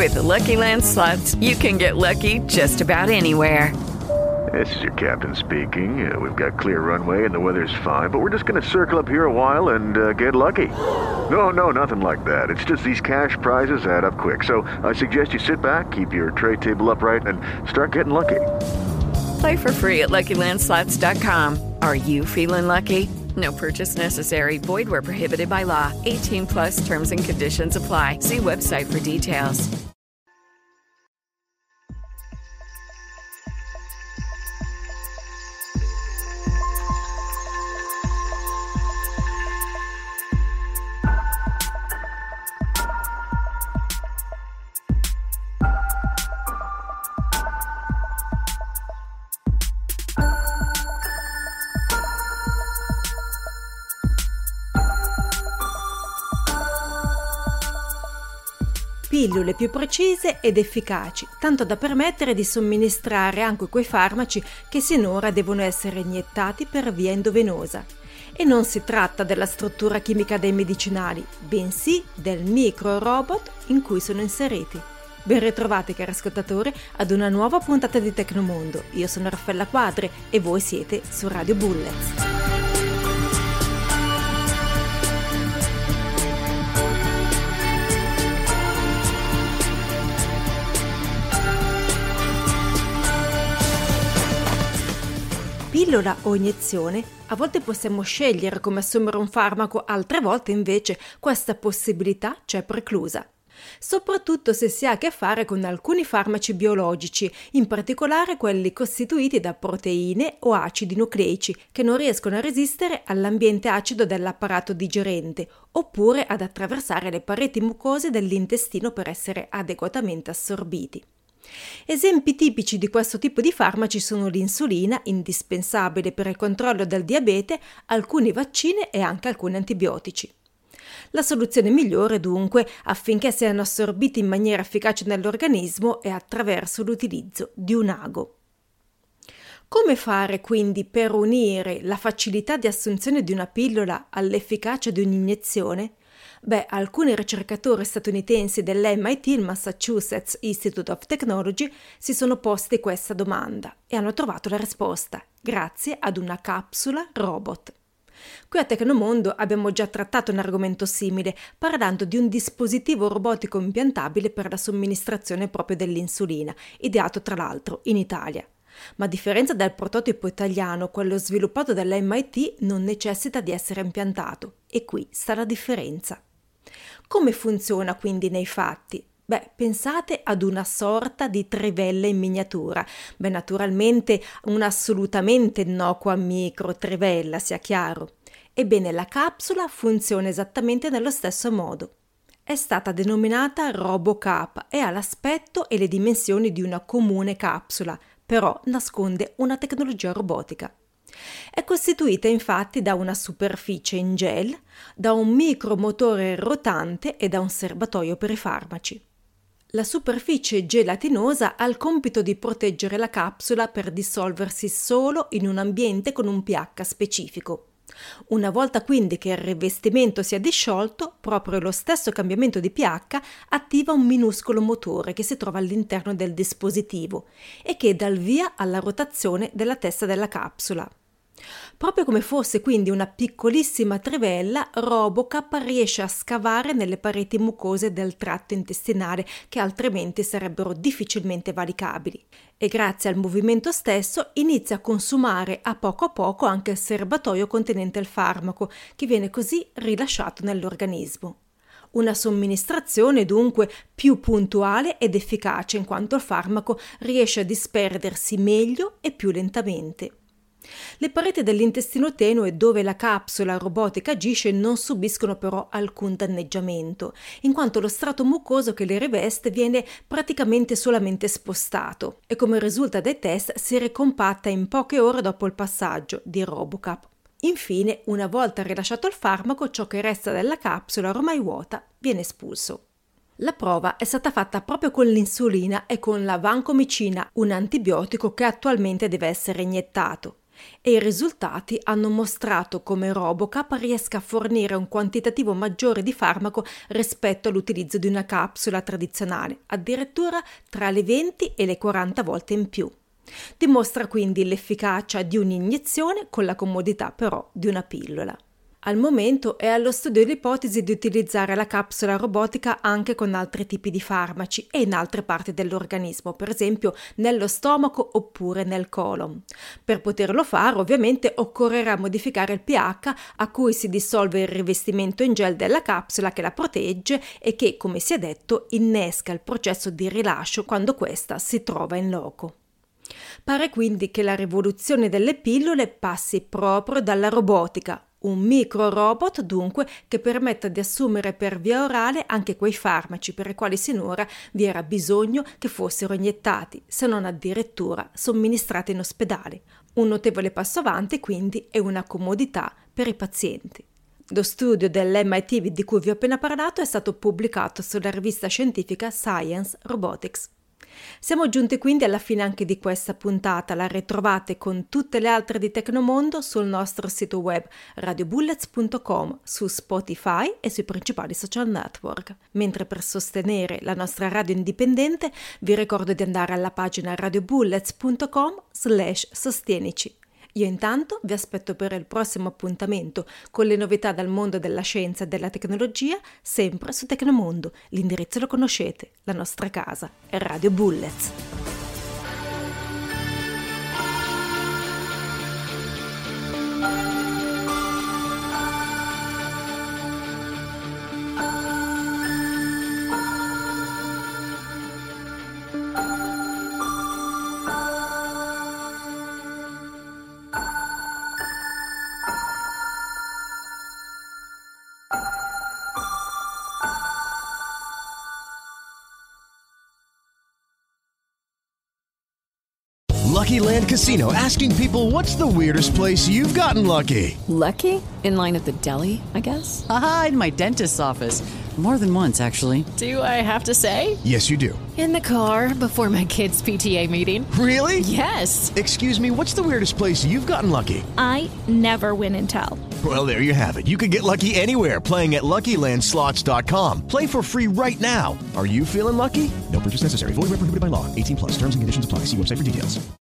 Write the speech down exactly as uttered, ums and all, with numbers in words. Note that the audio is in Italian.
With Lucky Land Slots, you can get lucky just about anywhere. This is your captain speaking. Uh, we've got clear runway and the weather's fine, but we're just going to circle up here a while and uh, get lucky. No, no, nothing like that. It's just these cash prizes add up quick. So I suggest you sit back, keep your tray table upright, and start getting lucky. Play for free at Lucky Land Slots dot com. Are you feeling lucky? No purchase necessary. Void where prohibited by law. eighteen plus terms and conditions apply. See website for details. Pillole più precise ed efficaci, tanto da permettere di somministrare anche quei farmaci che sinora devono essere iniettati per via endovenosa. E non si tratta della struttura chimica dei medicinali, bensì del micro-robot in cui sono inseriti. Ben ritrovati, cari ascoltatori, ad una nuova puntata di Tecnomondo. Io sono Raffaella Quadri e voi siete su Radio Bullets. Pillola o iniezione? A volte possiamo scegliere come assumere un farmaco, altre volte invece questa possibilità c'è preclusa. Soprattutto se si ha a che fare con alcuni farmaci biologici, in particolare quelli costituiti da proteine o acidi nucleici che non riescono a resistere all'ambiente acido dell'apparato digerente, oppure ad attraversare le pareti mucose dell'intestino per essere adeguatamente assorbiti. Esempi tipici di questo tipo di farmaci sono l'insulina, indispensabile per il controllo del diabete, alcuni vaccini e anche alcuni antibiotici. La soluzione migliore, dunque, affinché siano assorbiti in maniera efficace nell'organismo è attraverso l'utilizzo di un ago. Come fare quindi per unire la facilità di assunzione di una pillola all'efficacia di un'iniezione? Beh, alcuni ricercatori statunitensi dell'M I T, il Massachusetts Institute of Technology, si sono posti questa domanda e hanno trovato la risposta, grazie ad una capsula robot. Qui a Tecnomondo abbiamo già trattato un argomento simile, parlando di un dispositivo robotico impiantabile per la somministrazione proprio dell'insulina, ideato tra l'altro in Italia. Ma a differenza del prototipo italiano, quello sviluppato dall'M I T non necessita di essere impiantato, e qui sta la differenza. Come funziona quindi nei fatti? Beh, pensate ad una sorta di trivella in miniatura. Beh, naturalmente una assolutamente innocua micro trivella, sia chiaro. Ebbene, la capsula funziona esattamente nello stesso modo. È stata denominata RoboCap e ha l'aspetto e le dimensioni di una comune capsula, però nasconde una tecnologia robotica. È costituita infatti da una superficie in gel, da un micromotore rotante e da un serbatoio per i farmaci. La superficie gelatinosa ha il compito di proteggere la capsula per dissolversi solo in un ambiente con un pH specifico. Una volta quindi che il rivestimento si è disciolto, proprio lo stesso cambiamento di pH attiva un minuscolo motore che si trova all'interno del dispositivo e che dà il via alla rotazione della testa della capsula. Proprio come fosse quindi una piccolissima trivella, RoboCap riesce a scavare nelle pareti mucose del tratto intestinale che altrimenti sarebbero difficilmente valicabili e grazie al movimento stesso inizia a consumare a poco a poco anche il serbatoio contenente il farmaco, che viene così rilasciato nell'organismo. Una somministrazione dunque più puntuale ed efficace in quanto il farmaco riesce a disperdersi meglio e più lentamente. Le pareti dell'intestino tenue dove la capsula robotica agisce non subiscono però alcun danneggiamento, in quanto lo strato mucoso che le riveste viene praticamente solamente spostato e come risulta dai test si ricompatta in poche ore dopo il passaggio di RoboCap. Infine, una volta rilasciato il farmaco, ciò che resta della capsula ormai vuota viene espulso. La prova è stata fatta proprio con l'insulina e con la vancomicina, un antibiotico che attualmente deve essere iniettato. E i risultati hanno mostrato come Robocap riesca a fornire un quantitativo maggiore di farmaco rispetto all'utilizzo di una capsula tradizionale, addirittura tra le venti e le quaranta volte in più. Dimostra quindi l'efficacia di un'iniezione con la comodità però di una pillola. Al momento è allo studio l'ipotesi di utilizzare la capsula robotica anche con altri tipi di farmaci e in altre parti dell'organismo, per esempio nello stomaco oppure nel colon. Per poterlo fare, ovviamente, occorrerà modificare il pH a cui si dissolve il rivestimento in gel della capsula che la protegge e che, come si è detto, innesca il processo di rilascio quando questa si trova in loco. Pare quindi che la rivoluzione delle pillole passi proprio dalla robotica. Un micro robot dunque che permetta di assumere per via orale anche quei farmaci per i quali sinora vi era bisogno che fossero iniettati, se non addirittura somministrati in ospedale. Un notevole passo avanti quindi e una comodità per i pazienti. Lo studio dell'M I T di cui vi ho appena parlato è stato pubblicato sulla rivista scientifica Science Robotics. Siamo giunti quindi alla fine anche di questa puntata, la ritrovate con tutte le altre di Tecnomondo sul nostro sito web radio bullets punto com, su Spotify e sui principali social network. Mentre per sostenere la nostra radio indipendente vi ricordo di andare alla pagina radiobullets punto com slash sostienici. Io intanto vi aspetto per il prossimo appuntamento con le novità dal mondo della scienza e della tecnologia, sempre su Tecnomondo. L'indirizzo lo conoscete, la nostra casa è Radio Bullets. Lucky Land Casino, asking people, what's the weirdest place you've gotten lucky? Lucky? In line at the deli, I guess? Aha, in my dentist's office. More than once, actually. Do I have to say? Yes, you do. In the car before my kids' P T A meeting. Really? Yes. Excuse me, what's the weirdest place you've gotten lucky? I never win and tell. Well, there you have it. You can get lucky anywhere, playing at lucky land slots dot com. Play for free right now. Are you feeling lucky? No purchase necessary. Void where prohibited by law. eighteen plus. Terms and conditions apply. See website for details.